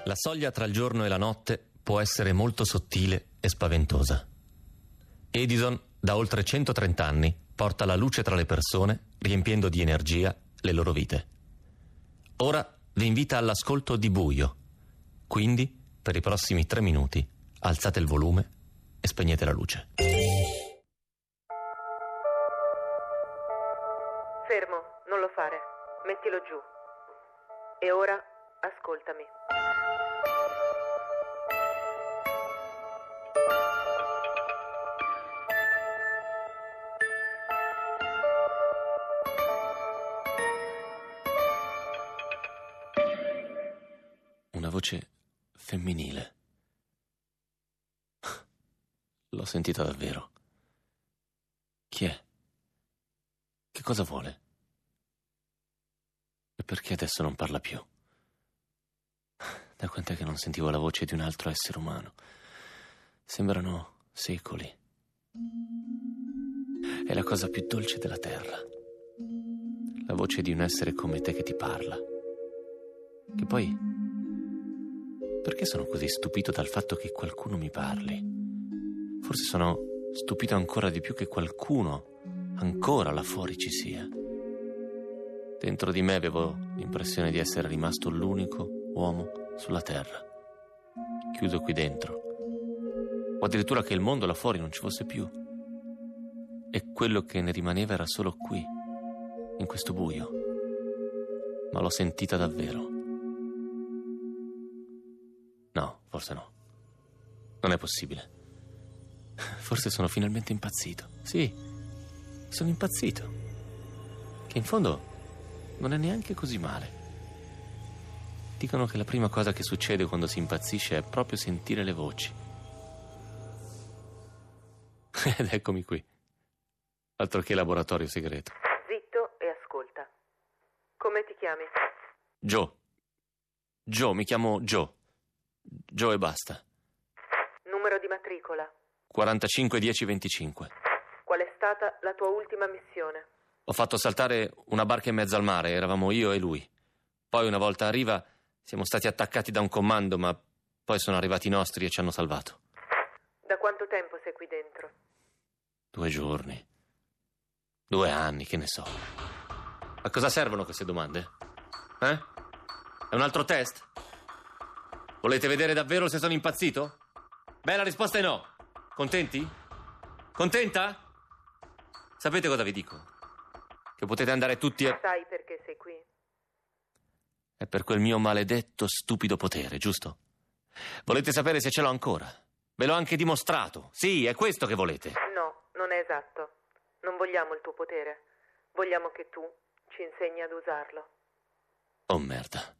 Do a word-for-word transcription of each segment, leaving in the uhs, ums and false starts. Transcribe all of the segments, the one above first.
La soglia tra il giorno e la notte può essere molto sottile e spaventosa. Edison, da oltre centotrenta anni, porta la luce tra le persone, riempiendo di energia le loro vite. Ora vi invita all'ascolto di Buio. Quindi, per i prossimi tre minuti, alzate il volume e spegnete la luce. Fermo, non lo fare. Mettilo giù. E ora ascoltami. Una voce femminile. L'ho sentita davvero. Chi è? Che cosa vuole? E perché adesso non parla più? Da quant'è che non sentivo la voce di un altro essere umano? Sembrano secoli. È la cosa più dolce della terra. La voce di un essere come te che ti parla. Che poi... perché sono così stupito dal fatto che qualcuno mi parli? Forse sono stupito ancora di più che qualcuno ancora là fuori ci sia. Dentro di me avevo l'impressione di essere rimasto l'unico uomo sulla terra, chiuso qui dentro, o addirittura che il mondo là fuori non ci fosse più, e quello che ne rimaneva era solo qui, in questo buio. Ma l'ho sentita davvero. No, forse no. Non è possibile. Forse sono finalmente impazzito. Sì, sono impazzito. Che in fondo non è neanche così male. Dicono che la prima cosa che succede quando si impazzisce è proprio sentire le voci. Ed eccomi qui. Altro che laboratorio segreto. Zitto e ascolta. Come ti chiami? Joe. Joe, mi chiamo Joe. Joe e basta. Numero di matricola? quarantacinque dieci venticinque. Qual è stata la tua ultima missione? Ho fatto saltare una barca in mezzo al mare, eravamo io e lui. Poi una volta a riva siamo stati attaccati da un comando, ma poi sono arrivati i nostri e ci hanno salvato. Da quanto tempo sei qui dentro? Due giorni. Due anni, che ne so. A cosa servono queste domande? Eh? È un altro test? Volete vedere davvero se sono impazzito? Beh, la risposta è no. Contenti? Contenta? Sapete cosa vi dico? Che potete andare tutti a... Sai perché sei qui? È per quel mio maledetto stupido potere, giusto? Volete sapere se ce l'ho ancora? Ve l'ho anche dimostrato. Sì, è questo che volete. No, non è esatto. Non vogliamo il tuo potere. Vogliamo che tu ci insegni ad usarlo. Oh, merda.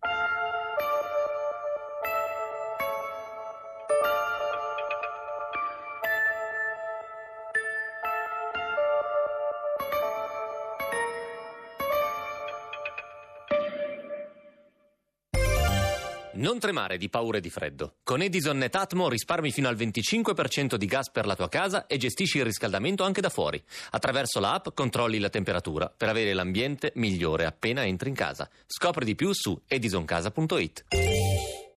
Non tremare di paura e di freddo. Con Edison Netatmo risparmi fino al venticinque per cento di gas per la tua casa e gestisci il riscaldamento anche da fuori. Attraverso l'app controlli la temperatura per avere l'ambiente migliore appena entri in casa. Scopri di più su edison casa punto it.